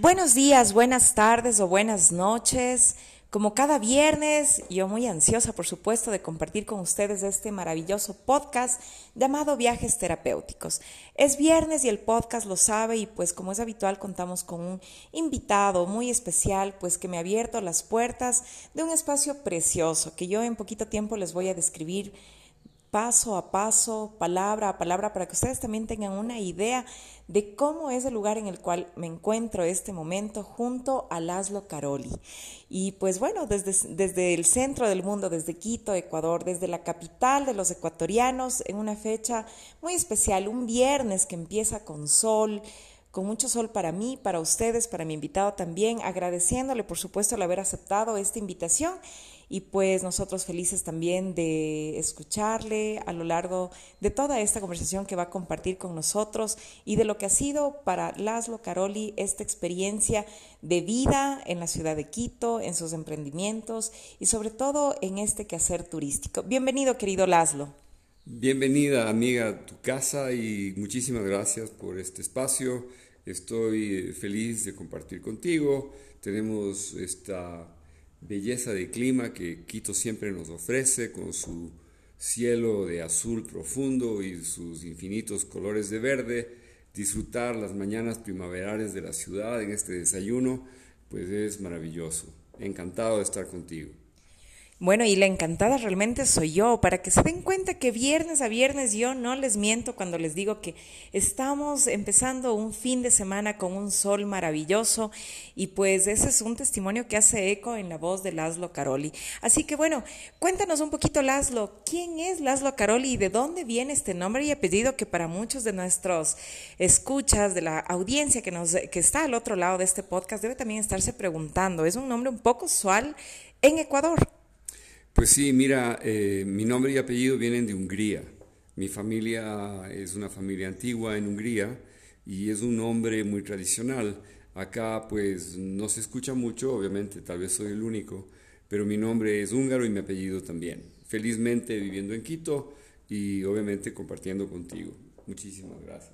Buenos días, buenas tardes o buenas noches. Como cada viernes, yo muy ansiosa, por supuesto, de compartir con ustedes este maravilloso podcast llamado Viajes Terapéuticos. Es viernes y el podcast lo sabe y pues como es habitual contamos con un invitado muy especial pues que me ha abierto las puertas de un espacio precioso que yo en poquito tiempo les voy a describir paso a paso, palabra a palabra, para que ustedes también tengan una idea de cómo es el lugar en el cual me encuentro este momento junto a Laszlo Caroli. Y pues bueno, desde el centro del mundo, desde Quito, Ecuador, desde la capital de los ecuatorianos, en una fecha muy especial, un viernes que empieza con sol, con mucho sol para mí, para ustedes, para mi invitado también, agradeciéndole por supuesto el haber aceptado esta invitación y pues nosotros felices también de escucharle a lo largo de toda esta conversación que va a compartir con nosotros y de lo que ha sido para Laszlo Caroli esta experiencia de vida en la ciudad de Quito, en sus emprendimientos y sobre todo en este quehacer turístico. Bienvenido, querido Laszlo. Bienvenida, amiga, a tu casa y muchísimas gracias por este espacio. Estoy feliz de compartir contigo. Tenemos esta belleza de clima que Quito siempre nos ofrece con su cielo de azul profundo y sus infinitos colores de verde. Disfrutar las mañanas primaverales de la ciudad en este desayuno, pues es maravilloso. Encantado de estar contigo. Bueno, y la encantada realmente soy yo, para que se den cuenta que viernes a viernes yo no les miento cuando les digo que estamos empezando un fin de semana con un sol maravilloso y pues ese es un testimonio que hace eco en la voz de Laszlo Caroli. Así que bueno, cuéntanos un poquito, Laszlo, ¿quién es Laszlo Caroli y de dónde viene este nombre y apellido que para muchos de nuestros escuchas, de la audiencia que está al otro lado de este podcast, debe también estarse preguntando? Es un nombre un poco usual en Ecuador. Pues sí, mira, mi nombre y apellido vienen de Hungría. Mi familia es una familia antigua en Hungría y es un nombre muy tradicional. Acá pues no se escucha mucho, obviamente, tal vez soy el único, pero mi nombre es húngaro y mi apellido también. Felizmente viviendo en Quito y obviamente compartiendo contigo. Muchísimas gracias.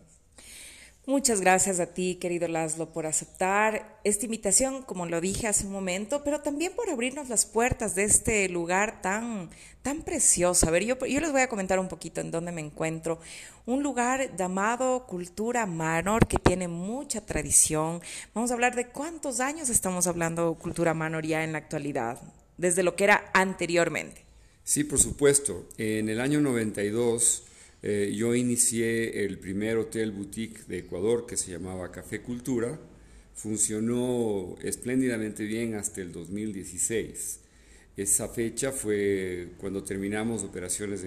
Muchas gracias a ti, querido Laszlo, por aceptar esta invitación, como lo dije hace un momento, pero también por abrirnos las puertas de este lugar tan precioso. A ver, yo les voy a comentar un poquito en dónde me encuentro. Un lugar llamado Cultura Manor, que tiene mucha tradición. Vamos a hablar de cuántos años estamos hablando Cultura Manor ya en la actualidad, desde lo que era anteriormente. Sí, por supuesto. En el año 92 yo inicié el primer hotel boutique de Ecuador que se llamaba Café Cultura. Funcionó espléndidamente bien hasta el 2016. Esa fecha fue cuando terminamos operaciones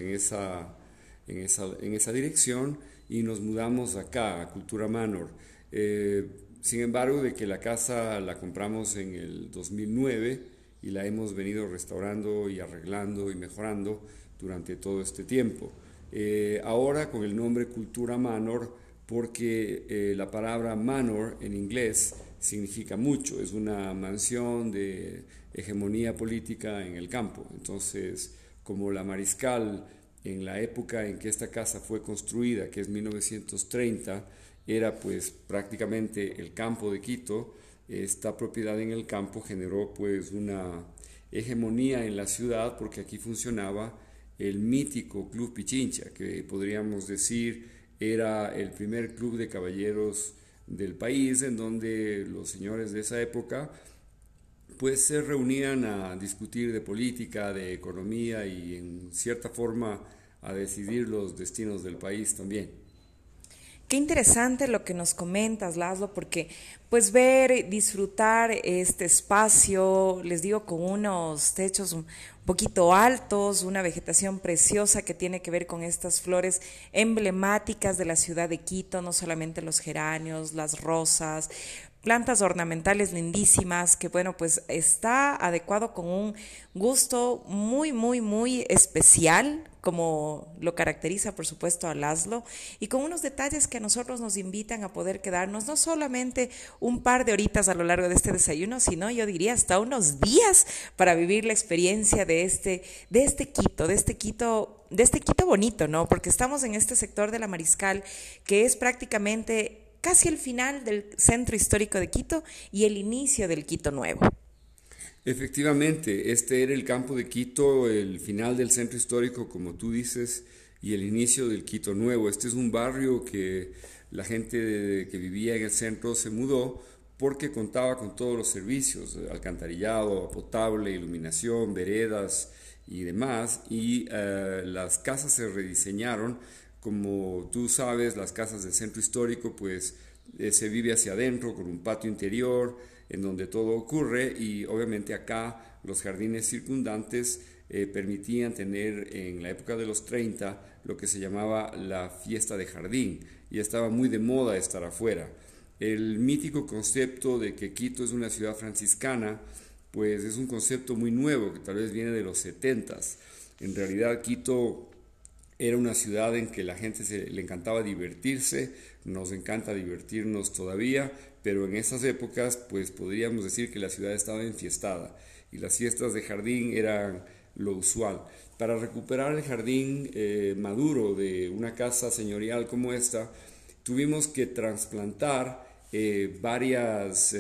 en esa dirección y nos mudamos acá, a Cultura Manor. Sin embargo, de que la casa la compramos en el 2009 y la hemos venido restaurando y arreglando y mejorando durante todo este tiempo. Ahora con el nombre Cultura Manor, porque la palabra manor en inglés significa mucho, es una mansión de hegemonía política en el campo. Entonces, como la Mariscal, en la época en que esta casa fue construida, que es 1930, era pues prácticamente el campo de Quito. Esta propiedad en el campo generó pues una hegemonía en la ciudad porque aquí funcionaba el mítico Club Pichincha, que podríamos decir era el primer club de caballeros del país, en donde los señores de esa época pues se reunían a discutir de política, de economía y en cierta forma a decidir los destinos del país también. Qué interesante lo que nos comentas, Laszlo, porque pues ver, disfrutar este espacio, les digo, con unos techos un poquito altos, una vegetación preciosa que tiene que ver con estas flores emblemáticas de la ciudad de Quito, no solamente los geranios, las rosas, plantas ornamentales lindísimas, que bueno, pues está adecuado con un gusto muy especial, como lo caracteriza por supuesto a Laszlo, y con unos detalles que a nosotros nos invitan a poder quedarnos no solamente un par de horitas a lo largo de este desayuno, sino yo diría hasta unos días para vivir la experiencia de este Quito bonito, ¿no? Porque estamos en este sector de la Mariscal, que es prácticamente casi el final del centro histórico de Quito y el inicio del Quito Nuevo. Efectivamente, este era el campo de Quito, el final del centro histórico, como tú dices, y el inicio del Quito Nuevo. Este es un barrio que la gente que vivía en el centro se mudó porque contaba con todos los servicios, alcantarillado, potable, iluminación, veredas y demás, y las casas se rediseñaron. Como tú sabes, las casas del centro histórico, pues se vive hacia adentro con un patio interior en donde todo ocurre, y obviamente acá los jardines circundantes permitían tener en la época de los 30 lo que se llamaba la fiesta de jardín, y estaba muy de moda estar afuera. El mítico concepto de que Quito es una ciudad franciscana, pues es un concepto muy nuevo que tal vez viene de los 70s. En realidad Quito era una ciudad en que la gente le encantaba divertirse, nos encanta divertirnos todavía, pero en esas épocas pues podríamos decir que la ciudad estaba enfiestada y las fiestas de jardín eran lo usual. Para recuperar el jardín maduro de una casa señorial como esta, tuvimos que trasplantar varias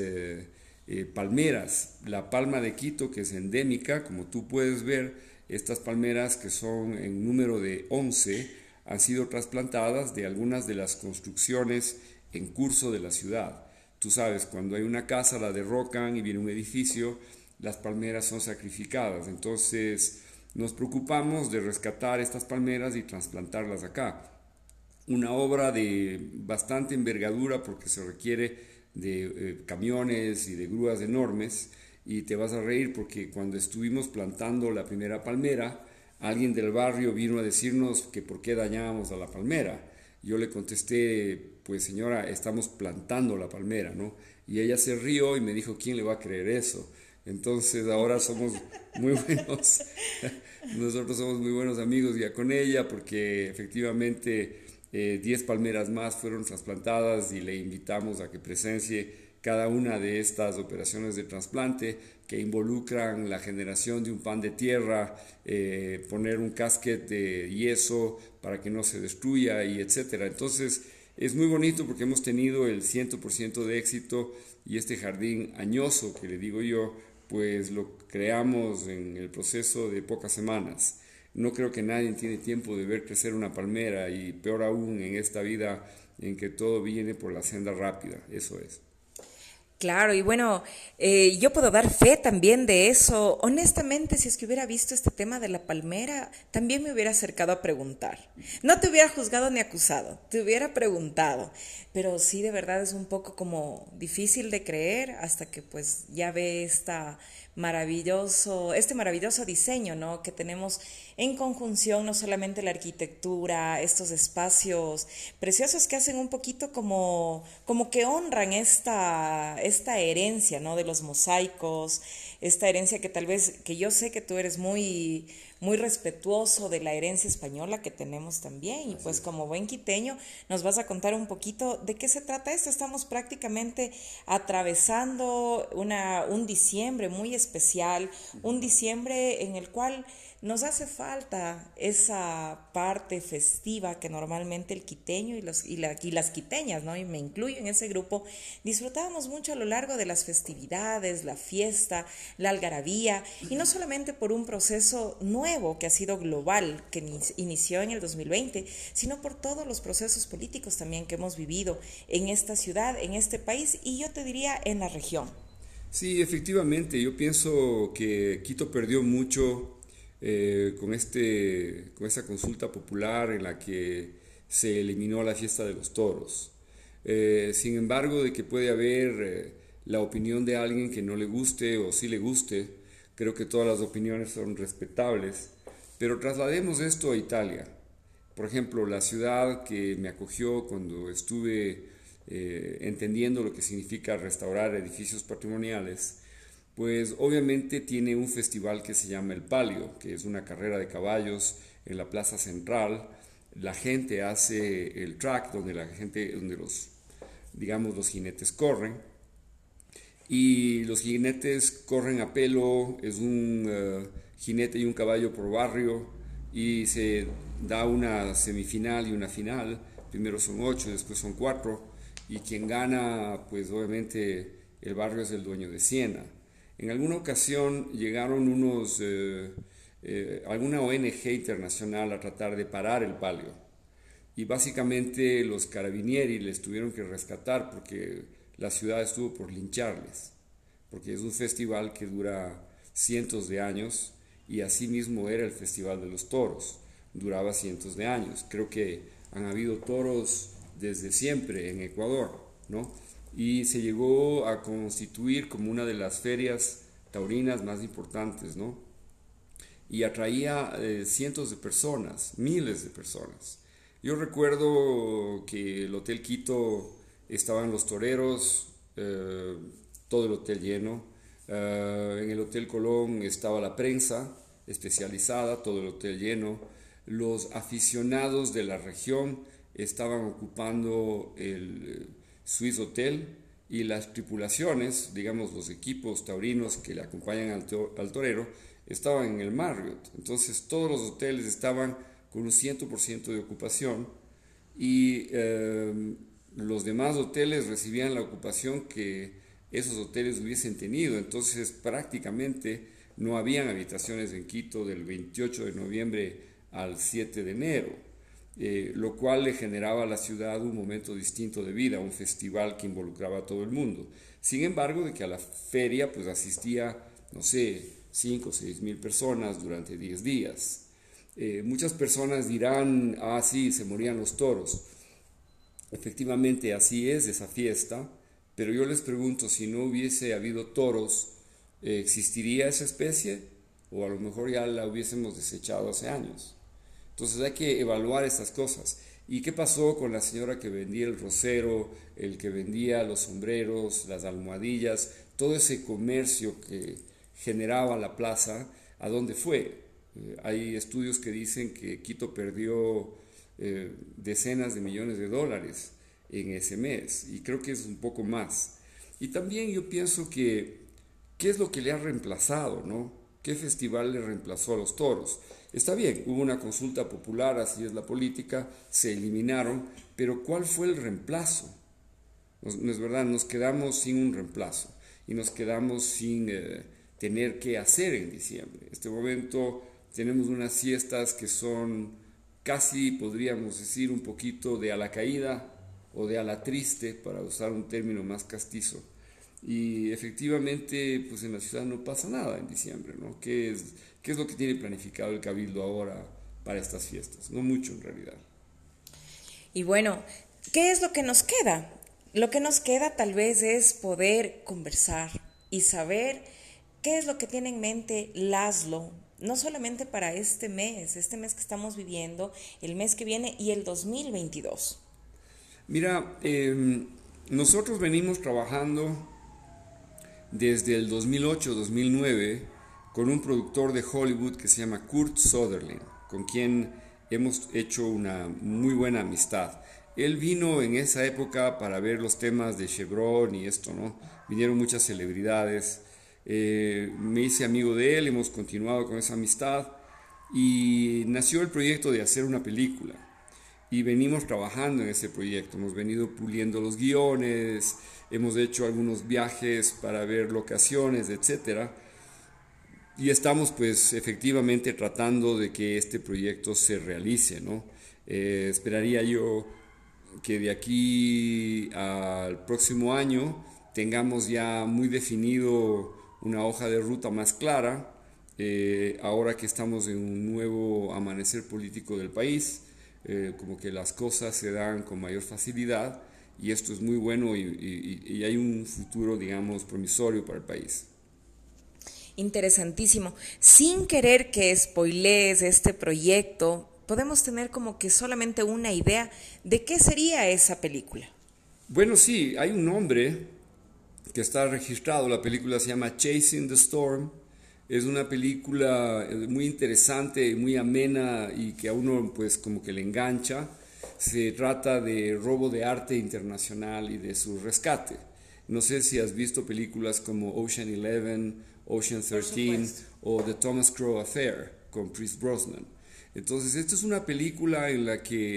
palmeras. La palma de Quito, que es endémica, como tú puedes ver, estas palmeras, que son en número de 11, han sido trasplantadas de algunas de las construcciones en curso de la ciudad. Tú sabes, cuando hay una casa la derrocan y viene un edificio, las palmeras son sacrificadas. Entonces nos preocupamos de rescatar estas palmeras y trasplantarlas acá. Una obra de bastante envergadura porque se requiere de camiones y de grúas enormes, y te vas a reír porque cuando estuvimos plantando la primera palmera, alguien del barrio vino a decirnos que por qué dañábamos a la palmera. Yo le contesté, pues señora, estamos plantando la palmera, ¿no? Y ella se rió y me dijo, ¿quién le va a creer eso? Entonces ahora somos muy buenos, nosotros somos muy buenos amigos ya con ella, porque efectivamente 10 palmeras más fueron trasplantadas y le invitamos a que presencie cada una de estas operaciones de trasplante que involucran la generación de un pan de tierra, poner un casquete de yeso para que no se destruya, y etcétera. Entonces es muy bonito porque hemos tenido el 100% de éxito, y este jardín añoso que le digo yo, pues lo creamos en el proceso de pocas semanas. No creo que nadie tiene tiempo de ver crecer una palmera, y peor aún en esta vida en que todo viene por la senda rápida. Eso es. Claro, y bueno, yo puedo dar fe también de eso. Honestamente, si es que hubiera visto este tema de la palmera, también me hubiera acercado a preguntar. No te hubiera juzgado ni acusado, te hubiera preguntado. Pero sí, de verdad es un poco como difícil de creer hasta que pues ya ve este maravilloso diseño, ¿no? Que tenemos en conjunción no solamente la arquitectura, estos espacios preciosos que hacen un poquito como que honran esta herencia, ¿no? De los mosaicos, esta herencia que tal vez, que yo sé que tú eres muy respetuoso de la herencia española que tenemos también, y pues como buen quiteño nos vas a contar un poquito de qué se trata esto. Estamos prácticamente atravesando un diciembre muy especial, un diciembre en el cual nos hace falta esa parte festiva que normalmente el quiteño y las quiteñas, ¿no? Y me incluyo en ese grupo, disfrutábamos mucho a lo largo de las festividades, la fiesta, la algarabía, y no solamente por un proceso nuevo que ha sido global, que inició en el 2020, sino por todos los procesos políticos también que hemos vivido en esta ciudad, en este país, y yo te diría en la región. Sí, efectivamente, yo pienso que Quito perdió mucho con esta consulta popular en la que se eliminó la fiesta de los toros. Sin embargo, de que puede haber la opinión de alguien que no le guste o sí le guste, creo que todas las opiniones son respetables, pero traslademos esto a Italia. Por ejemplo, la ciudad que me acogió cuando estuve entendiendo lo que significa restaurar edificios patrimoniales, pues obviamente tiene un festival que se llama el Palio, que es una carrera de caballos en la plaza central. La gente hace el track donde los jinetes corren, y los jinetes corren a pelo. Es un jinete y un caballo por barrio, y se da una semifinal y una final. Primero son 8, después son 4, y quien gana, pues obviamente el barrio es el dueño de Siena. En alguna ocasión llegaron alguna ONG internacional a tratar de parar el palio y básicamente los carabinieri les tuvieron que rescatar porque la ciudad estuvo por lincharles, porque es un festival que dura cientos de años y así mismo era el Festival de los Toros, duraba cientos de años. Creo que han habido toros desde siempre en Ecuador, ¿no? Y se llegó a constituir como una de las ferias taurinas más importantes, ¿no? Y atraía cientos de personas, miles de personas. Yo recuerdo que el Hotel Quito estaban los toreros, todo el hotel lleno. En el Hotel Colón estaba la prensa especializada, todo el hotel lleno. Los aficionados de la región estaban ocupando el Swiss Hotel y las tripulaciones, digamos los equipos taurinos que le acompañan al torero, estaban en el Marriott. Entonces todos los hoteles estaban con un 100% de ocupación y los demás hoteles recibían la ocupación que esos hoteles hubiesen tenido. Entonces prácticamente no habían habitaciones en Quito del 28 de noviembre al 7 de enero, lo cual le generaba a la ciudad un momento distinto de vida, un festival que involucraba a todo el mundo. Sin embargo, de que a la feria pues asistía, no sé, 5 o 6 mil personas durante 10 días. Muchas personas dirán, ah, sí, se morían los toros. Efectivamente, así es esa fiesta, pero yo les pregunto, si no hubiese habido toros, ¿existiría esa especie? O a lo mejor ya la hubiésemos desechado hace años. Entonces hay que evaluar estas cosas. ¿Y qué pasó con la señora que vendía el rosero, el que vendía los sombreros, las almohadillas, todo ese comercio que generaba la plaza? ¿A dónde fue? Hay estudios que dicen que Quito perdió decenas de millones de dólares en ese mes, y creo que es un poco más. Y también yo pienso que, ¿qué es lo que le ha reemplazado, no? ¿Qué festival le reemplazó a los toros? Está bien, hubo una consulta popular, así es la política, se eliminaron, pero ¿cuál fue el reemplazo? No es verdad, nos quedamos sin un reemplazo y nos quedamos sin tener qué hacer en diciembre. En este momento tenemos unas siestas que son casi, podríamos decir, un poquito de a la caída o de a la triste, para usar un término más castizo. Y efectivamente, pues en la ciudad no pasa nada en diciembre, ¿no? ¿Qué es lo que tiene planificado el Cabildo ahora para estas fiestas? No mucho en realidad. Y bueno, ¿qué es lo que nos queda? Lo que nos queda tal vez es poder conversar y saber qué es lo que tiene en mente Laszlo, no solamente para este mes que estamos viviendo, el mes que viene y el 2022. Mira, nosotros venimos trabajando desde el 2008-2009 con un productor de Hollywood que se llama Kurt Sutherland, con quien hemos hecho una muy buena amistad. Él vino en esa época para ver los temas de Chevron y esto, ¿no? Vinieron muchas celebridades. Me hice amigo de él, hemos continuado con esa amistad y nació el proyecto de hacer una película. Y venimos trabajando en ese proyecto, hemos venido puliendo los guiones, hemos hecho algunos viajes para ver locaciones, etc. Y estamos pues efectivamente tratando de que este proyecto se realice, ¿no? Esperaría yo que de aquí al próximo año tengamos ya muy definido una hoja de ruta más clara, ahora que estamos en un nuevo amanecer político del país. Como que las cosas se dan con mayor facilidad y esto es muy bueno y hay un futuro, digamos, promisorio para el país. Interesantísimo. Sin querer que spoilees este proyecto, podemos tener como que solamente una idea de qué sería esa película. Bueno, sí, hay un nombre que está registrado, la película se llama Chasing the Storm. Es una película muy interesante y muy amena y que a uno pues como que le engancha. Se trata de robo de arte internacional y de su rescate. No sé si has visto películas como Ocean 11, Ocean 13 o The Thomas Crow Affair con Pierce Brosnan. Entonces esta es una película en la que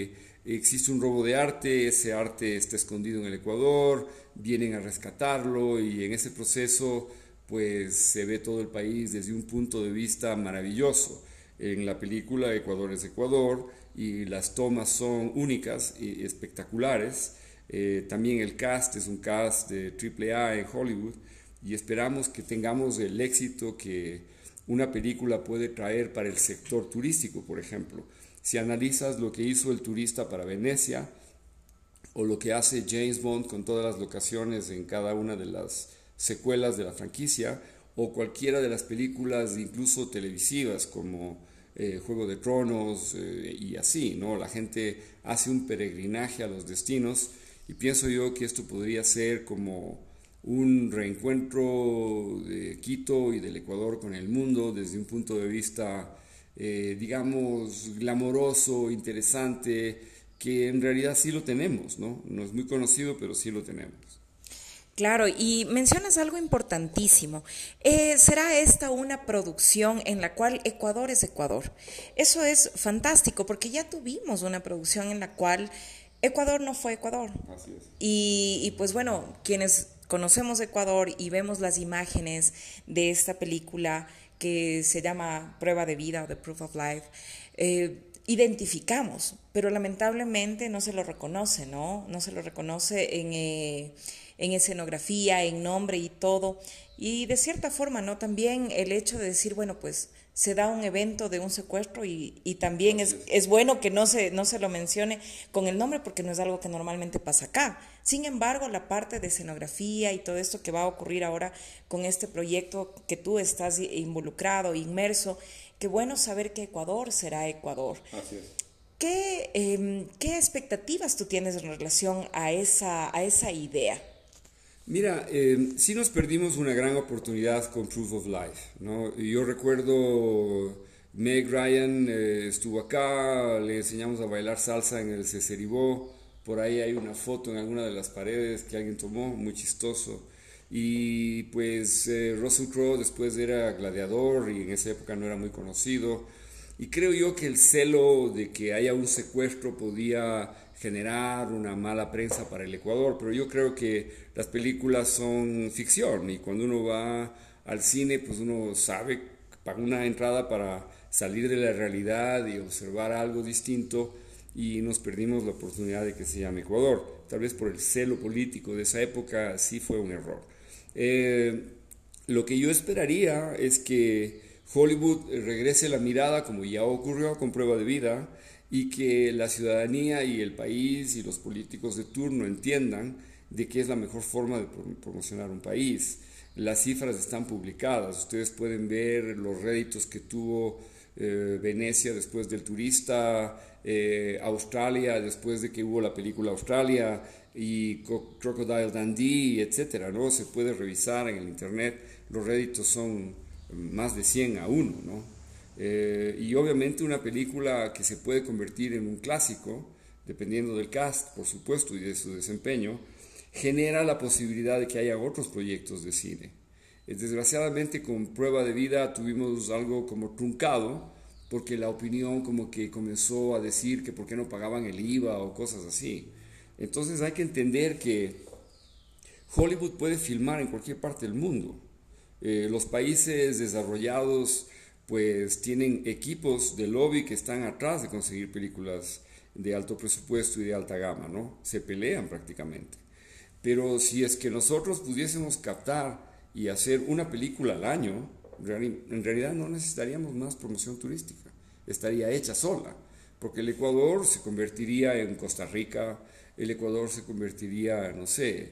existe un robo de arte, ese arte está escondido en el Ecuador, vienen a rescatarlo y en ese proceso pues se ve todo el país desde un punto de vista maravilloso. En la película Ecuador es Ecuador y las tomas son únicas y espectaculares. También el cast es un cast de AAA en Hollywood y esperamos que tengamos el éxito que una película puede traer para el sector turístico, por ejemplo. Si analizas lo que hizo el turista para Venecia o lo que hace James Bond con todas las locaciones en cada una de las secuelas de la franquicia, o cualquiera de las películas incluso televisivas como Juego de Tronos y así, ¿no? La gente hace un peregrinaje a los destinos y pienso yo que esto podría ser como un reencuentro de Quito y del Ecuador con el mundo desde un punto de vista, digamos, glamoroso, interesante, que en realidad sí lo tenemos, ¿no? No es muy conocido, pero sí lo tenemos. Claro, y mencionas algo importantísimo. ¿Será esta una producción en la cual Ecuador es Ecuador? Eso es fantástico porque ya tuvimos una producción en la cual Ecuador no fue Ecuador. Así es. Y pues bueno, quienes conocemos Ecuador y vemos las imágenes de esta película que se llama Prueba de Vida o The Proof of Life, identificamos, pero lamentablemente no se lo reconoce, ¿no? No se lo reconoce en escenografía, en nombre y todo. Y de cierta forma, ¿no? También el hecho de decir, bueno, pues se da un evento de un secuestro y también es bueno que no se lo mencione con el nombre porque no es algo que normalmente pasa acá. Sin embargo, la parte de escenografía y todo esto que va a ocurrir ahora con este proyecto que tú estás involucrado, inmerso, qué bueno saber que Ecuador será Ecuador. Así es. ¿Qué expectativas tú tienes en relación a esa idea? Mira, sí nos perdimos una gran oportunidad con Proof of Life, ¿no? Yo recuerdo Meg Ryan estuvo acá, le enseñamos a bailar salsa en el Ceceribó, por ahí hay una foto en alguna de las paredes que alguien tomó, muy chistoso. Y pues Russell Crowe después era gladiador y en esa época no era muy conocido. Y creo yo que el celo de que haya un secuestro podía generar una mala prensa para el Ecuador, pero yo creo que las películas son ficción y cuando uno va al cine, pues uno sabe, paga una entrada para salir de la realidad y observar algo distinto y nos perdimos la oportunidad de que se llame Ecuador. Tal vez por el celo político de esa época sí fue un error. Lo que yo esperaría es que Hollywood regrese la mirada, como ya ocurrió con Prueba de Vida, y que la ciudadanía y el país y los políticos de turno entiendan de qué es la mejor forma de promocionar un país. Las cifras están publicadas, ustedes pueden ver los réditos que tuvo Venecia después del turista, Australia después de que hubo la película Australia y Crocodile Dundee, etcétera, ¿no? Se puede revisar en el internet, los réditos son más de 100 a 1, ¿no? Y obviamente una película que se puede convertir en un clásico, dependiendo del cast, por supuesto, y de su desempeño, genera la posibilidad de que haya otros proyectos de cine. Desgraciadamente con Prueba de Vida tuvimos algo como truncado, porque la opinión como que comenzó a decir que por qué no pagaban el IVA o cosas así. Entonces hay que entender que Hollywood puede filmar en cualquier parte del mundo. Los países desarrollados pues tienen equipos de lobby que están atrás de conseguir películas de alto presupuesto y de alta gama, ¿no? Se pelean prácticamente. Pero si es que nosotros pudiésemos captar y hacer una película al año, en realidad no necesitaríamos más promoción turística, estaría hecha sola, porque el Ecuador se convertiría en Costa Rica, el Ecuador se convertiría, no sé,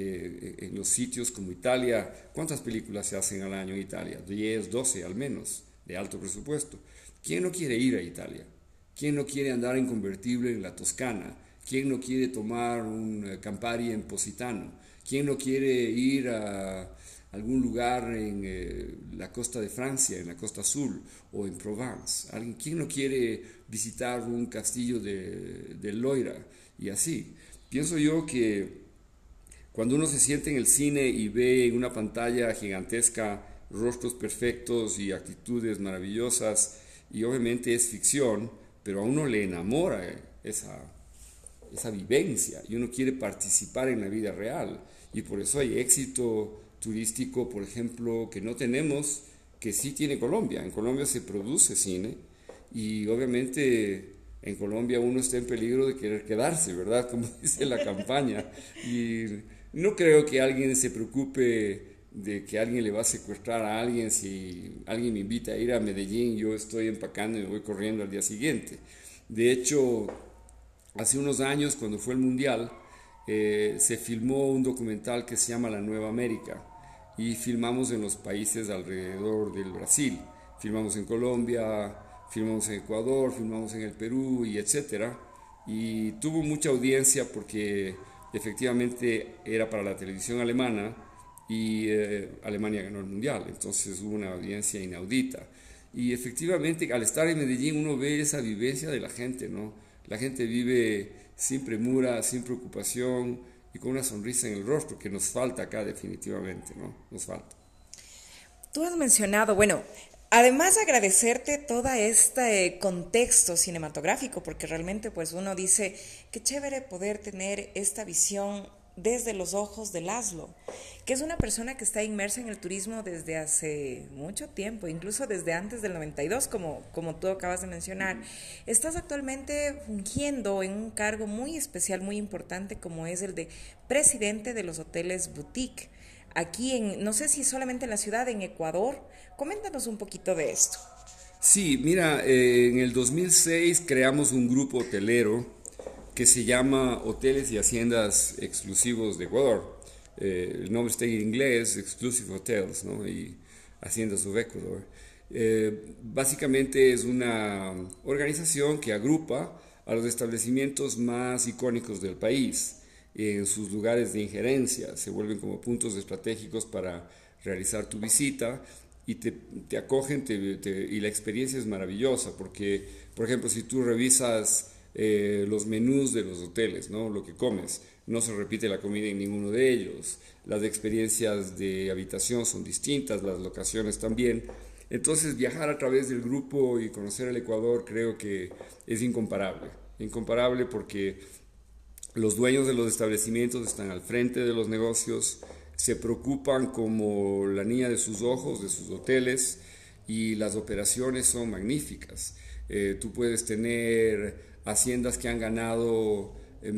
en los sitios como Italia. ¿Cuántas películas se hacen al año en Italia? 10, 12 al menos, de alto presupuesto. ¿Quién no quiere ir a Italia? ¿Quién no quiere andar en convertible en la Toscana? ¿Quién no quiere tomar un Campari en Positano? ¿Quién no quiere ir a algún lugar en la costa de Francia, en la costa azul o en Provence? ¿Quién no quiere visitar un castillo de Loira? Y así. Pienso yo que cuando uno se siente en el cine y ve en una pantalla gigantesca rostros perfectos y actitudes maravillosas, y obviamente es ficción, pero a uno le enamora esa vivencia y uno quiere participar en la vida real. Y por eso hay éxito turístico, por ejemplo, que no tenemos, que sí tiene Colombia. En Colombia se produce cine y obviamente en Colombia uno está en peligro de querer quedarse, ¿verdad? Como dice la campaña. Y no creo que alguien se preocupe de que alguien le va a secuestrar a alguien. Si alguien me invita a ir a Medellín, yo estoy empacando y me voy corriendo al día siguiente. De hecho, hace unos años, cuando fue el Mundial, se filmó un documental que se llama La Nueva América y filmamos en los países alrededor del Brasil. Filmamos en Colombia, filmamos en Ecuador, filmamos en el Perú y etcétera. Y tuvo mucha audiencia porque efectivamente era para la televisión alemana y Alemania ganó el Mundial, entonces hubo una audiencia inaudita. Y efectivamente al estar en Medellín uno ve esa vivencia de la gente, ¿no? La gente vive sin premura, sin preocupación y con una sonrisa en el rostro que nos falta acá definitivamente, ¿no? Nos falta. Tú has mencionado, bueno, además de agradecerte todo este contexto cinematográfico, porque realmente pues uno dice, qué chévere poder tener esta visión desde los ojos de Laszlo, que es una persona que está inmersa en el turismo desde hace mucho tiempo, incluso desde antes del 92, como tú acabas de mencionar. Estás actualmente fungiendo en un cargo muy especial, muy importante, como es el de presidente de los hoteles boutique, aquí no sé si solamente en la ciudad, en Ecuador. Coméntanos un poquito de esto. Sí, mira, en el 2006 creamos un grupo hotelero que se llama Hoteles y Haciendas Exclusivos de Ecuador. El nombre está en inglés, Exclusive Hotels, ¿no? Y Haciendas of Ecuador. Básicamente es una organización que agrupa a los establecimientos más icónicos del país en sus lugares de injerencia. Se vuelven como puntos estratégicos para realizar tu visita y te acogen y la experiencia es maravillosa porque, por ejemplo, si tú revisas los menús de los hoteles, ¿no? Lo que comes, no se repite la comida en ninguno de ellos, las experiencias de habitación son distintas, las locaciones también. Entonces viajar a través del grupo y conocer el Ecuador creo que es incomparable porque los dueños de los establecimientos están al frente de los negocios, se preocupan como la niña de sus ojos, de sus hoteles, y las operaciones son magníficas. Tú puedes tener haciendas que han ganado el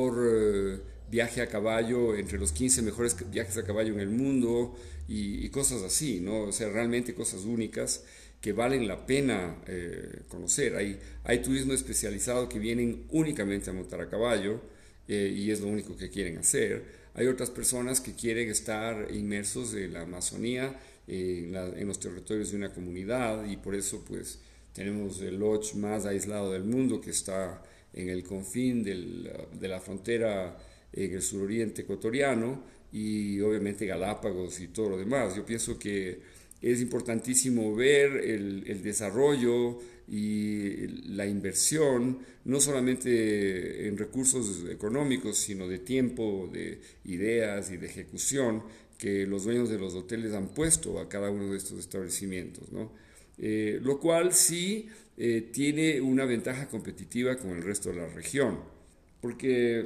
mejor viaje a caballo, entre los 15 mejores viajes a caballo en el mundo y cosas así, ¿no? O sea, realmente cosas únicas que valen la pena conocer. Hay turismo especializado que vienen únicamente a montar a caballo y es lo único que quieren hacer. Hay otras personas que quieren estar inmersos en la Amazonía, en los territorios de una comunidad y por eso pues tenemos el lodge más aislado del mundo que está en el confín de la frontera en el suroriente ecuatoriano y obviamente Galápagos y todo lo demás. Yo pienso que es importantísimo ver el desarrollo y la inversión, no solamente en recursos económicos, sino de tiempo, de ideas y de ejecución que los dueños de los hoteles han puesto a cada uno de estos establecimientos, ¿no? Lo cual sí tiene una ventaja competitiva con el resto de la región, porque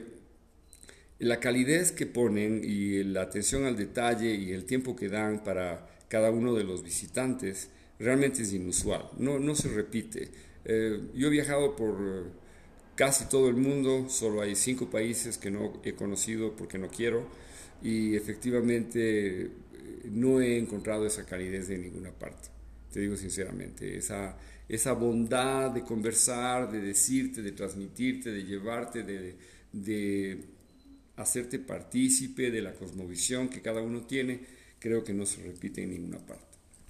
la calidez que ponen y la atención al detalle y el tiempo que dan para cada uno de los visitantes realmente es inusual, no se repite. Yo he viajado por casi todo el mundo, solo hay 5 países que no he conocido porque no quiero y efectivamente no he encontrado esa calidez de ninguna parte. Te digo sinceramente, esa bondad de conversar, de decirte, de transmitirte, de llevarte, de hacerte partícipe de la cosmovisión que cada uno tiene, creo que no se repite en ninguna parte.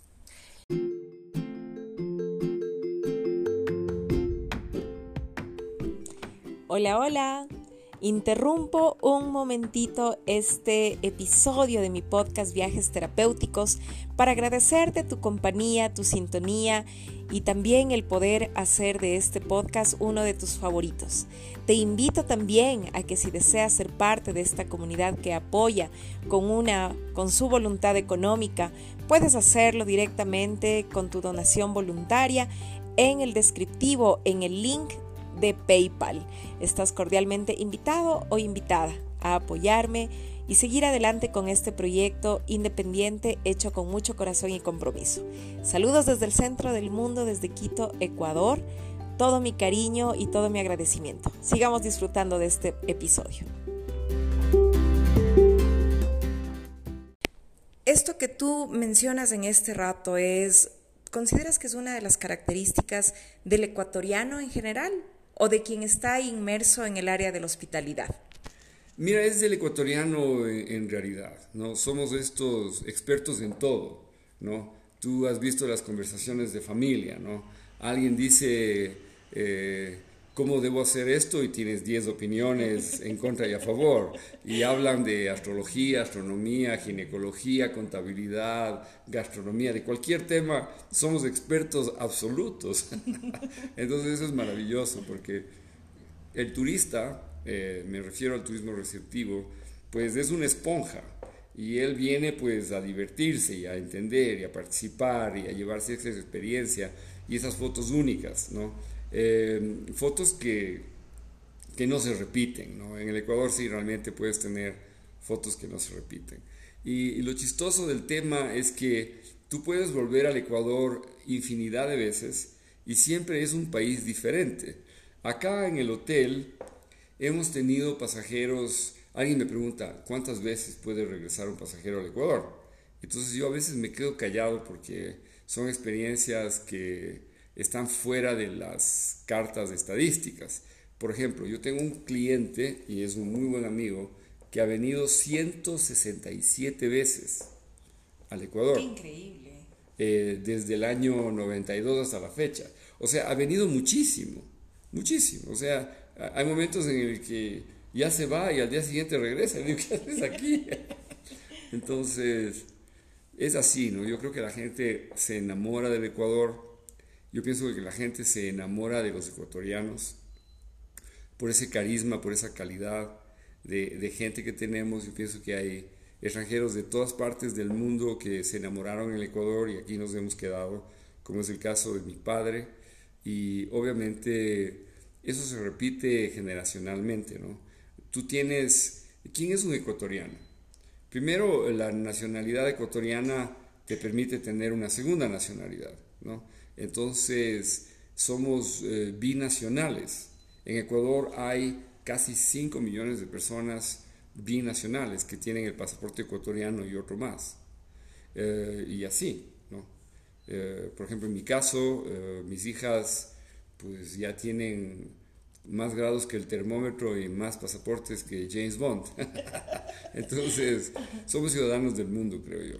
Hola, hola. Interrumpo un momentito este episodio de mi podcast Viajes Terapéuticos para agradecerte tu compañía, tu sintonía y también el poder hacer de este podcast uno de tus favoritos. Te invito también a que si deseas ser parte de esta comunidad que apoya con su voluntad económica, puedes hacerlo directamente con tu donación voluntaria en el descriptivo, en el link de PayPal. Estás cordialmente invitado o invitada a apoyarme y seguir adelante con este proyecto independiente hecho con mucho corazón y compromiso. Saludos desde el centro del mundo, desde Quito, Ecuador. Todo mi cariño y todo mi agradecimiento. Sigamos disfrutando de este episodio. Esto que tú mencionas en este rato ¿consideras que es una de las características del ecuatoriano en general o de quien está inmerso en el área de la hospitalidad? Mira, es del ecuatoriano en realidad, ¿no? Somos estos expertos en todo, ¿no? Tú has visto las conversaciones de familia, ¿no? Alguien dice, ¿cómo debo hacer esto? Y tienes 10 opiniones en contra y a favor. Y hablan de astrología, astronomía, ginecología, contabilidad, gastronomía, de cualquier tema, somos expertos absolutos. Entonces eso es maravilloso porque el turista, me refiero al turismo receptivo, pues es una esponja y él viene pues a divertirse y a entender y a participar y a llevarse esa experiencia y esas fotos únicas, ¿no? Fotos que no se repiten, ¿no? En el Ecuador sí realmente puedes tener fotos que no se repiten. Y lo chistoso del tema es que tú puedes volver al Ecuador infinidad de veces y siempre es un país diferente. Acá en el hotel hemos tenido pasajeros, alguien me pregunta, ¿cuántas veces puede regresar un pasajero al Ecuador? Entonces yo a veces me quedo callado porque son experiencias que están fuera de las cartas estadísticas. Por ejemplo, yo tengo un cliente, y es un muy buen amigo, que ha venido 167 veces al Ecuador. ¡Qué increíble! Desde el año 92 hasta la fecha. O sea, ha venido muchísimo, muchísimo. O sea, hay momentos en el que ya se va y al día siguiente regresa. Y digo, ¿qué haces aquí? Entonces, es así, ¿no? Yo creo que la gente se enamora del Ecuador. Yo pienso que la gente se enamora de los ecuatorianos por ese carisma, por esa calidad de gente que tenemos. Yo pienso que hay extranjeros de todas partes del mundo que se enamoraron en el Ecuador y aquí nos hemos quedado, como es el caso de mi padre. Y obviamente eso se repite generacionalmente, ¿no? Tú tienes, ¿quién es un ecuatoriano? Primero, la nacionalidad ecuatoriana te permite tener una segunda nacionalidad, ¿no? Entonces, somos binacionales. En Ecuador hay casi 5 millones de personas binacionales que tienen el pasaporte ecuatoriano y otro más. Y así, ¿no? Por ejemplo, en mi caso, mis hijas pues ya tienen más grados que el termómetro y más pasaportes que James Bond. Entonces, somos ciudadanos del mundo, creo yo.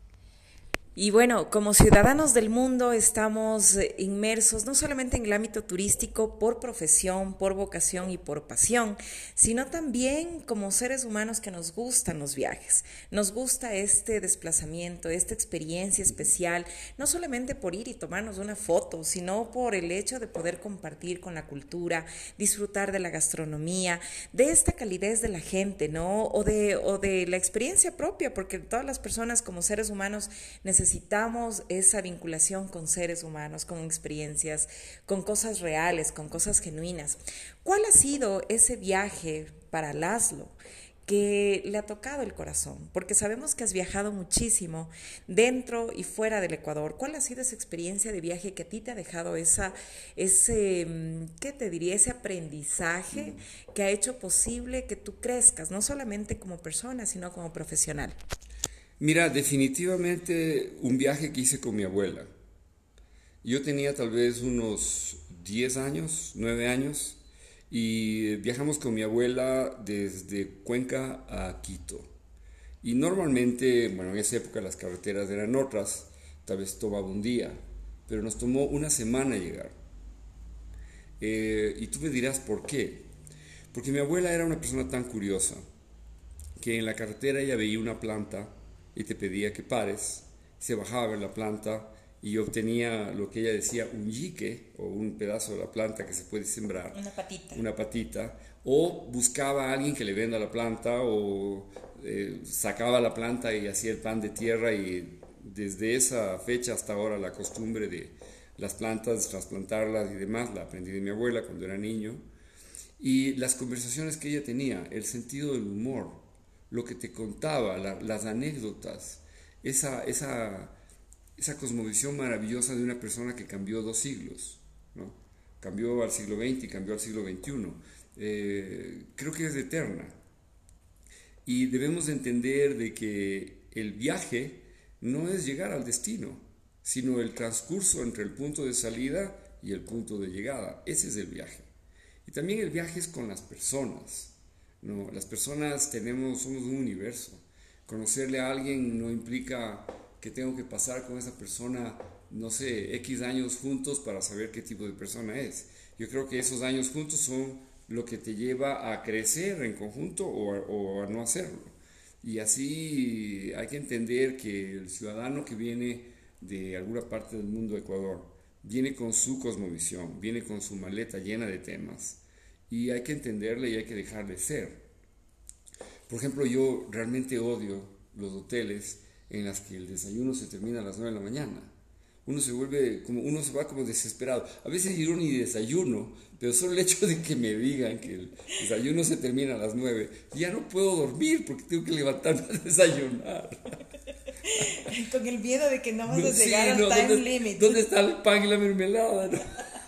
Y bueno, como ciudadanos del mundo estamos inmersos no solamente en el ámbito turístico por profesión, por vocación y por pasión, sino también como seres humanos que nos gustan los viajes. Nos gusta este desplazamiento, esta experiencia especial, no solamente por ir y tomarnos una foto, sino por el hecho de poder compartir con la cultura, disfrutar de la gastronomía, de esta calidez de la gente, ¿no? O de la experiencia propia, porque todas las personas como seres humanos necesitamos esa vinculación con seres humanos, con experiencias, con cosas reales, con cosas genuinas. ¿Cuál ha sido ese viaje para Laszlo que le ha tocado el corazón? Porque sabemos que has viajado muchísimo dentro y fuera del Ecuador. ¿Cuál ha sido esa experiencia de viaje que a ti te ha dejado ese aprendizaje que ha hecho posible que tú crezcas, no solamente como persona, sino como profesional? Mira, definitivamente un viaje que hice con mi abuela. Yo tenía tal vez unos 10 años, 9 años, y viajamos con mi abuela desde Cuenca a Quito. Y normalmente, bueno, en esa época las carreteras eran otras, tal vez tomaba un día, pero nos tomó una semana llegar. Y tú me dirás, ¿por qué? Porque mi abuela era una persona tan curiosa que en la carretera ella veía una planta y te pedía que pares, se bajaba a ver la planta y obtenía lo que ella decía un yique o un pedazo de la planta que se puede sembrar. Una patita. O buscaba a alguien que le venda la planta o sacaba la planta y hacía el pan de tierra y desde esa fecha hasta ahora la costumbre de las plantas, trasplantarlas y demás, la aprendí de mi abuela cuando era niño. Y las conversaciones que ella tenía, el sentido del humor, lo que te contaba, las anécdotas, esa cosmovisión maravillosa de una persona que cambió 2 siglos, ¿no? Cambió al siglo XX y cambió al siglo XXI. Creo que es eterna. Y debemos entender de que el viaje no es llegar al destino, sino el transcurso entre el punto de salida y el punto de llegada. Ese es el viaje. Y también el viaje es con las personas, ¿no? Las personas somos un universo. Conocerle a alguien no implica que tengo que pasar con esa persona, no sé, X años juntos para saber qué tipo de persona es. Yo creo que esos años juntos son lo que te lleva a crecer en conjunto o a no hacerlo. Y así hay que entender que el ciudadano que viene de alguna parte del mundo de Ecuador viene con su cosmovisión, viene con su maleta llena de temas y hay que entenderle y hay que dejarle ser. Por ejemplo, yo realmente odio los hoteles en las que el desayuno se termina a las 9 de la mañana. Uno se va como desesperado. A veces yo ni desayuno, pero solo el hecho de que me digan que el desayuno se termina a las 9, ya no puedo dormir porque tengo que levantarme a desayunar. Con el miedo de que no vas a llegar al time limit. ¿Dónde está el pan y la mermelada? ¿No?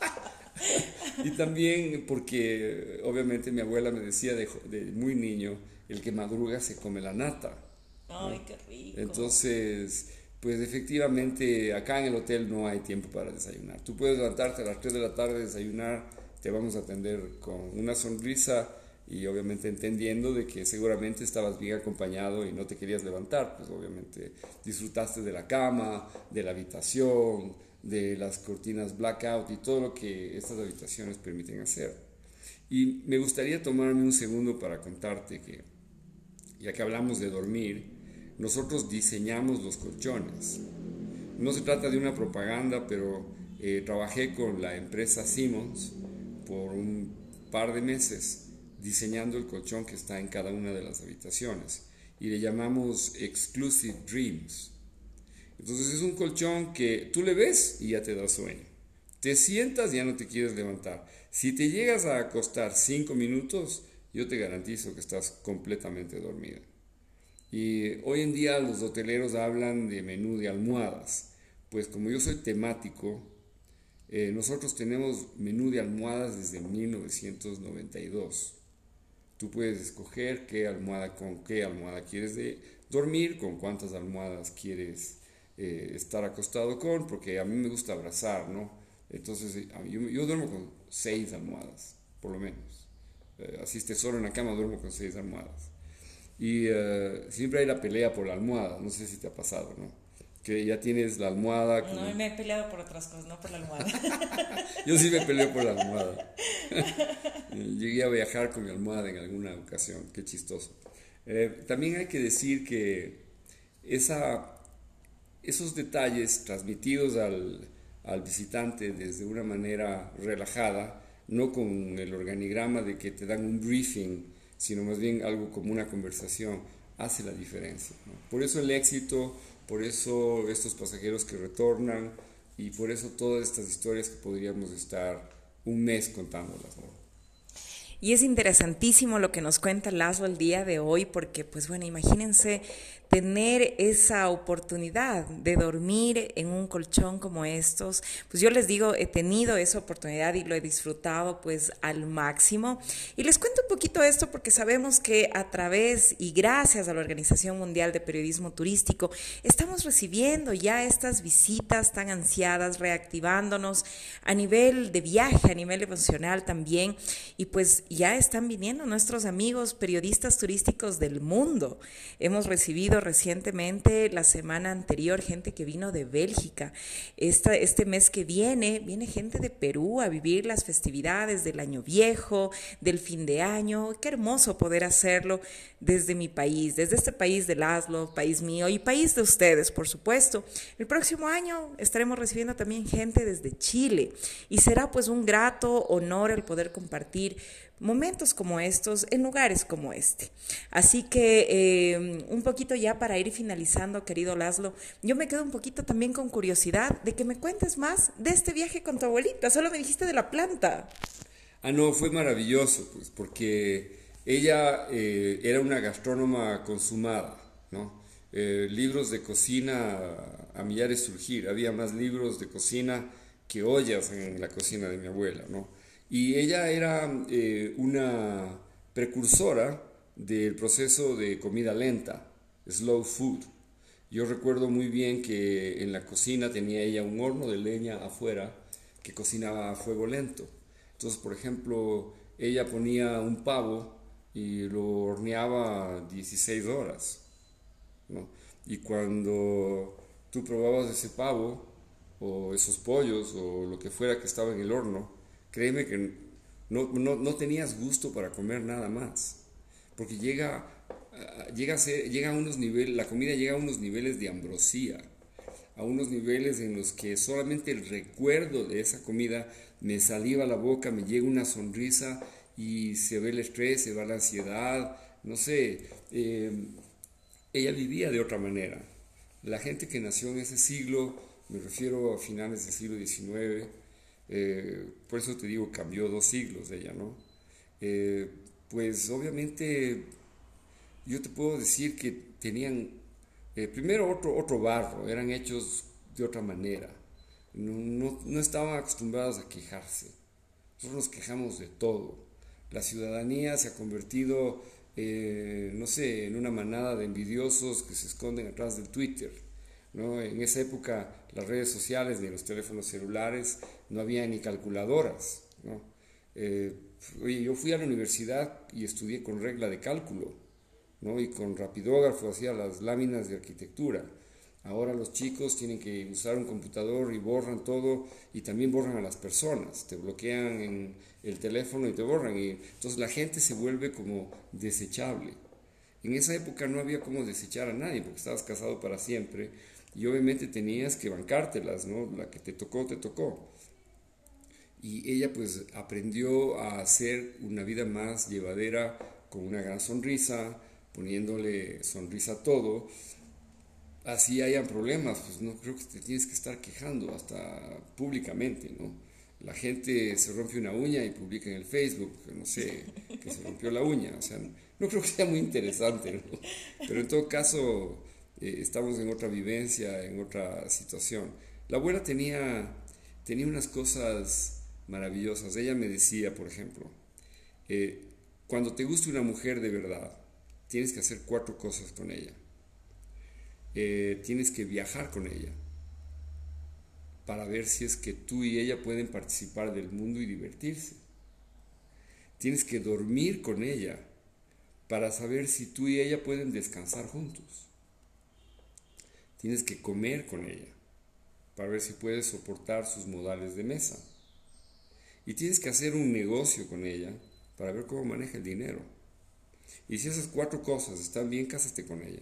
Y también porque obviamente mi abuela me decía de muy niño, el que madruga se come la nata. Ay, qué rico. Entonces, pues efectivamente acá en el hotel no hay tiempo para desayunar. Tú puedes levantarte a las 3 de la tarde, desayunar, te vamos a atender con una sonrisa y obviamente entendiendo de que seguramente estabas bien acompañado y no te querías levantar, pues obviamente disfrutaste de la cama, de la habitación, de las cortinas blackout y todo lo que estas habitaciones permiten hacer. Y me gustaría tomarme un segundo para contarte que, ya que hablamos de dormir, nosotros diseñamos los colchones. No se trata de una propaganda, pero trabajé con la empresa Simmons por un par de meses diseñando el colchón que está en cada una de las habitaciones y le llamamos Exclusive Dreams. Entonces es un colchón que tú le ves y ya te da sueño. Te sientas y ya no te quieres levantar. Si te llegas a acostar 5 minutos, yo te garantizo que estás completamente dormida. Y hoy en día los hoteleros hablan de menú de almohadas. Pues como yo soy temático, nosotros tenemos menú de almohadas desde 1992. Tú puedes escoger con qué almohada quieres dormir, con cuántas almohadas quieres estar acostado con, porque a mí me gusta abrazar, ¿no? Entonces yo duermo con 6 almohadas, por lo menos. Así esté solo en la cama, duermo con 6 almohadas. Y siempre hay la pelea por la almohada, no sé si te ha pasado, ¿no? Que ya tienes la almohada. No, me he peleado por otras cosas, no por la almohada. Yo sí me peleo por la almohada. Llegué a viajar con mi almohada en alguna ocasión, qué chistoso. También hay que decir que esos detalles transmitidos al visitante desde una manera relajada, no con el organigrama de que te dan un briefing, sino más bien algo como una conversación, hace la diferencia, ¿no? Por eso el éxito, por eso estos pasajeros que retornan y por eso todas estas historias que podríamos estar un mes contándolas, ¿no? Y es interesantísimo lo que nos cuenta Laszlo el día de hoy, porque pues bueno, imagínense tener esa oportunidad de dormir en un colchón como estos. Pues yo les digo, he tenido esa oportunidad y lo he disfrutado pues al máximo. Y les cuento un poquito esto porque sabemos que a través y gracias a la Organización Mundial de Periodismo Turístico estamos recibiendo ya estas visitas tan ansiadas, reactivándonos a nivel de viaje, a nivel emocional también. Y pues ya están viniendo nuestros amigos periodistas turísticos del mundo. Hemos recibido recientemente, la semana anterior, gente que vino de Bélgica. Este mes que viene gente de Perú a vivir las festividades del Año Viejo, del fin de año. Qué hermoso poder hacerlo desde mi país, desde este país de Laszlo, país mío y país de ustedes, por supuesto. El próximo año estaremos recibiendo también gente desde Chile y será pues un grato honor el poder compartir momentos como estos en lugares como este. Así que un poquito ya para ir finalizando, querido Laszlo, yo me quedo un poquito también con curiosidad de que me cuentes más de este viaje con tu abuelita. Solo me dijiste de la planta. Ah, no, fue maravilloso, pues, porque ella era una gastrónoma consumada, ¿no? Libros de cocina a millares surgir. Había más libros de cocina que ollas en la cocina de mi abuela, ¿no? Y ella era una precursora del proceso de comida lenta, slow food. Yo recuerdo muy bien que en la cocina tenía ella un horno de leña afuera que cocinaba a fuego lento. Entonces, por ejemplo, ella ponía un pavo y lo horneaba 16 horas, ¿no? Y cuando tú probabas ese pavo o esos pollos o lo que fuera que estaba en el horno, créeme que no tenías gusto para comer nada más, porque llega a unos niveles, la comida llega a unos niveles de ambrosía, a unos niveles en los que solamente el recuerdo de esa comida me saliva a la boca, me llega una sonrisa y se ve el estrés, se va la ansiedad, no sé. Ella vivía de otra manera. La gente que nació en ese siglo, me refiero a finales del siglo XIX, por eso te digo, cambió 2 siglos de ella, ¿no? Pues obviamente yo te puedo decir que tenían, primero otro barro, eran hechos de otra manera, no estaban acostumbrados a quejarse. Nosotros nos quejamos de todo. La ciudadanía se ha convertido, no sé, en una manada de envidiosos que se esconden atrás del Twitter, ¿no? En esa época las redes sociales ni los teléfonos celulares, no había ni calculadoras, ¿no? Oye, yo fui a la universidad y estudié con regla de cálculo, ¿no? Y con rapidógrafo hacía las láminas de arquitectura. Ahora los chicos tienen que usar un computador y borran todo y también borran a las personas, te bloquean en el teléfono y te borran, y entonces la gente se vuelve como desechable. En esa época no había cómo desechar a nadie porque estabas casado para siempre y obviamente tenías que bancártelas, ¿no? La que te tocó, te tocó. Y ella pues aprendió a hacer una vida más llevadera con una gran sonrisa, poniéndole sonrisa a todo. Así hayan problemas, pues no creo que te tienes que estar quejando hasta públicamente, ¿no? La gente se rompe una uña y publica en el Facebook, no sé, que se rompió la uña, o sea, no creo que sea muy interesante, ¿no? Pero en todo caso, estamos en otra vivencia, en otra situación. La abuela tenía unas cosas maravillosas. Ella me decía, por ejemplo, cuando te guste una mujer de verdad, tienes que hacer 4 cosas con ella. Tienes que viajar con ella para ver si es que tú y ella pueden participar del mundo y divertirse. Tienes que dormir con ella para saber si tú y ella pueden descansar juntos. Tienes que comer con ella para ver si puedes soportar sus modales de mesa. Y tienes que hacer un negocio con ella para ver cómo maneja el dinero. Y si esas 4 cosas están bien, cásate con ella.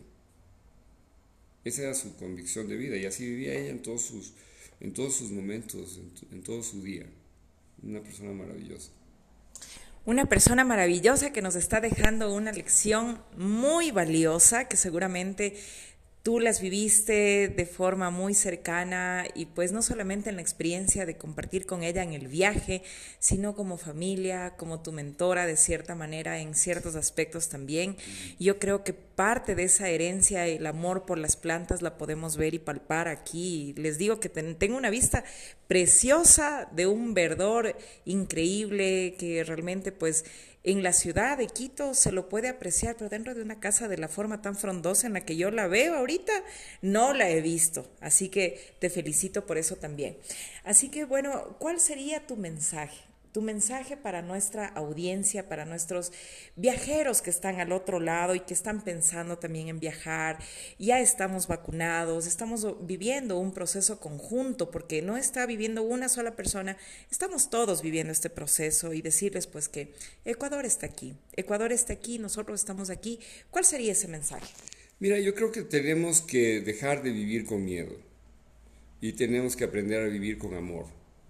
Esa era su convicción de vida y así vivía ella en todos sus momentos, en todo su día. Una persona maravillosa. Una persona maravillosa que nos está dejando una lección muy valiosa que seguramente tú las viviste de forma muy cercana y pues no solamente en la experiencia de compartir con ella en el viaje, sino como familia, como tu mentora de cierta manera en ciertos aspectos también. Yo creo que parte de esa herencia, el amor por las plantas, la podemos ver y palpar aquí. Les digo que tengo una vista preciosa de un verdor increíble que realmente pues en la ciudad de Quito se lo puede apreciar, pero dentro de una casa de la forma tan frondosa en la que yo la veo ahorita, no la he visto. Así que te felicito por eso también. Así que bueno, ¿cuál sería tu mensaje? Tu mensaje para nuestra audiencia, para nuestros viajeros que están al otro lado y que están pensando también en viajar. Ya estamos vacunados, estamos viviendo un proceso conjunto porque no está viviendo una sola persona, estamos todos viviendo este proceso y decirles pues que Ecuador está aquí, nosotros estamos aquí. ¿Cuál sería ese mensaje? Mira, yo creo que tenemos que dejar de vivir con miedo y tenemos que aprender a vivir con amor.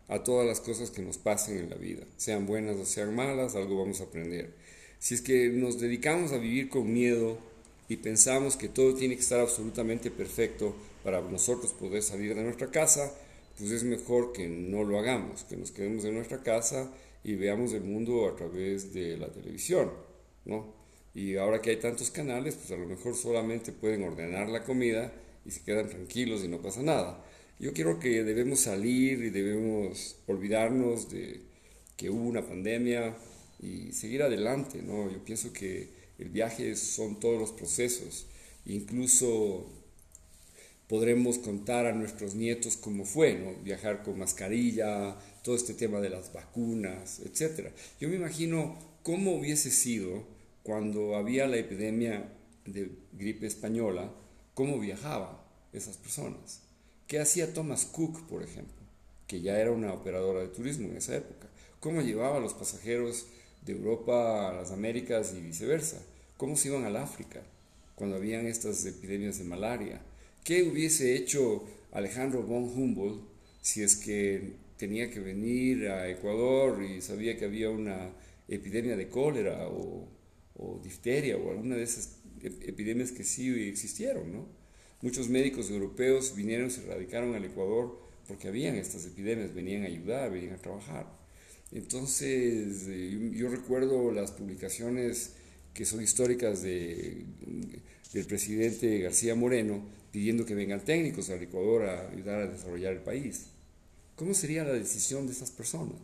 a todas las cosas que nos pasen en la vida, sean buenas o sean malas, algo vamos a aprender. Si es que nos dedicamos a vivir con miedo y pensamos que todo tiene que estar absolutamente perfecto para nosotros poder salir de nuestra casa, pues es mejor que no lo hagamos, que nos quedemos en nuestra casa y veamos el mundo a través de la televisión, ¿no? Y ahora que hay tantos canales, pues a lo mejor solamente pueden ordenar la comida y se quedan tranquilos y no pasa nada. Yo creo que debemos salir y debemos olvidarnos de que hubo una pandemia y seguir adelante, ¿no? Yo pienso que el viaje son todos los procesos. Incluso podremos contar a nuestros nietos cómo fue, ¿no? Viajar con mascarilla, todo este tema de las vacunas, etc. Yo me imagino cómo hubiese sido cuando había la epidemia de gripe española, cómo viajaban esas personas. ¿Qué hacía Thomas Cook, por ejemplo, que ya era una operadora de turismo en esa época? ¿Cómo llevaba a los pasajeros de Europa a las Américas y viceversa? ¿Cómo se iban al África cuando habían estas epidemias de malaria? ¿Qué hubiese hecho Alejandro von Humboldt si es que tenía que venir a Ecuador y sabía que había una epidemia de cólera o difteria o alguna de esas epidemias que sí existieron, ¿no? Muchos médicos europeos vinieron, se radicaron al Ecuador porque habían estas epidemias, venían a ayudar, venían a trabajar. Entonces, yo recuerdo las publicaciones que son históricas del presidente García Moreno pidiendo que vengan técnicos al Ecuador a ayudar a desarrollar el país. ¿Cómo sería la decisión de esas personas?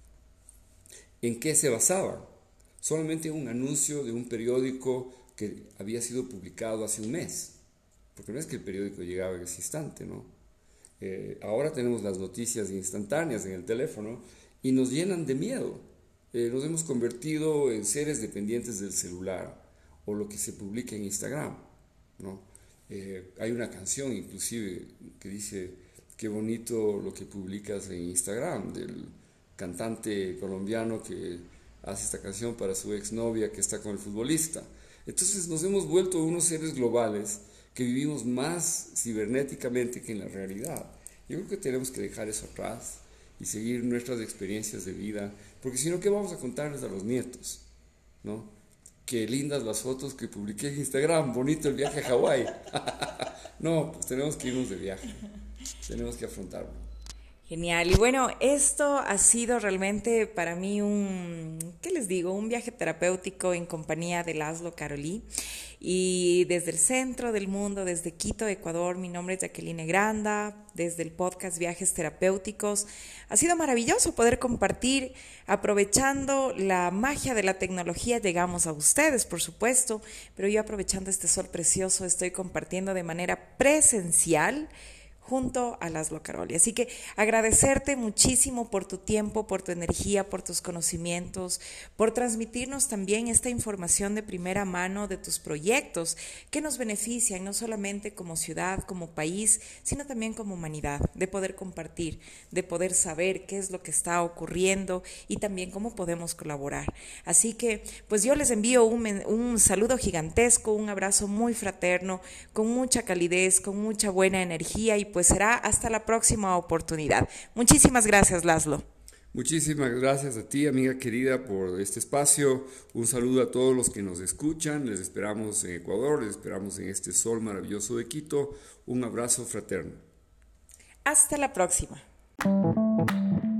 ¿En qué se basaban? Solamente un anuncio de un periódico que había sido publicado hace un mes. Porque no es que el periódico llegaba en ese instante, ¿no? Ahora tenemos las noticias instantáneas en el teléfono y nos llenan de miedo. Nos hemos convertido en seres dependientes del celular o lo que se publica en Instagram, ¿no? Hay una canción inclusive que dice, qué bonito lo que publicas en Instagram, del cantante colombiano que hace esta canción para su exnovia que está con el futbolista. Entonces nos hemos vuelto unos seres globales que vivimos más cibernéticamente que en la realidad. Yo creo que tenemos que dejar eso atrás y seguir nuestras experiencias de vida, porque si no, ¿qué vamos a contarles a los nietos? ¿No? Qué lindas las fotos que publiqué en Instagram, bonito el viaje a Hawái. No, pues tenemos que irnos de viaje, tenemos que afrontarlo. Genial. Y bueno, esto ha sido realmente para mí ¿qué les digo? Un viaje terapéutico en compañía de Laszlo Caroli. Y desde el centro del mundo, desde Quito, Ecuador, mi nombre es Jacqueline Granda, desde el podcast Viajes Terapéuticos. Ha sido maravilloso poder compartir, aprovechando la magia de la tecnología, llegamos a ustedes, por supuesto, pero yo aprovechando este sol precioso estoy compartiendo de manera presencial junto a Laszlo Caroli. Así que agradecerte muchísimo por tu tiempo, por tu energía, por tus conocimientos, por transmitirnos también esta información de primera mano de tus proyectos que nos benefician no solamente como ciudad, como país, sino también como humanidad, de poder compartir, de poder saber qué es lo que está ocurriendo y también cómo podemos colaborar. Así que pues yo les envío un saludo gigantesco, un abrazo muy fraterno, con mucha calidez, con mucha buena energía y pues será hasta la próxima oportunidad. Muchísimas gracias, Laszlo. Muchísimas gracias a ti, amiga querida, por este espacio. Un saludo a todos los que nos escuchan. Les esperamos en Ecuador, les esperamos en este sol maravilloso de Quito. Un abrazo fraterno. Hasta la próxima.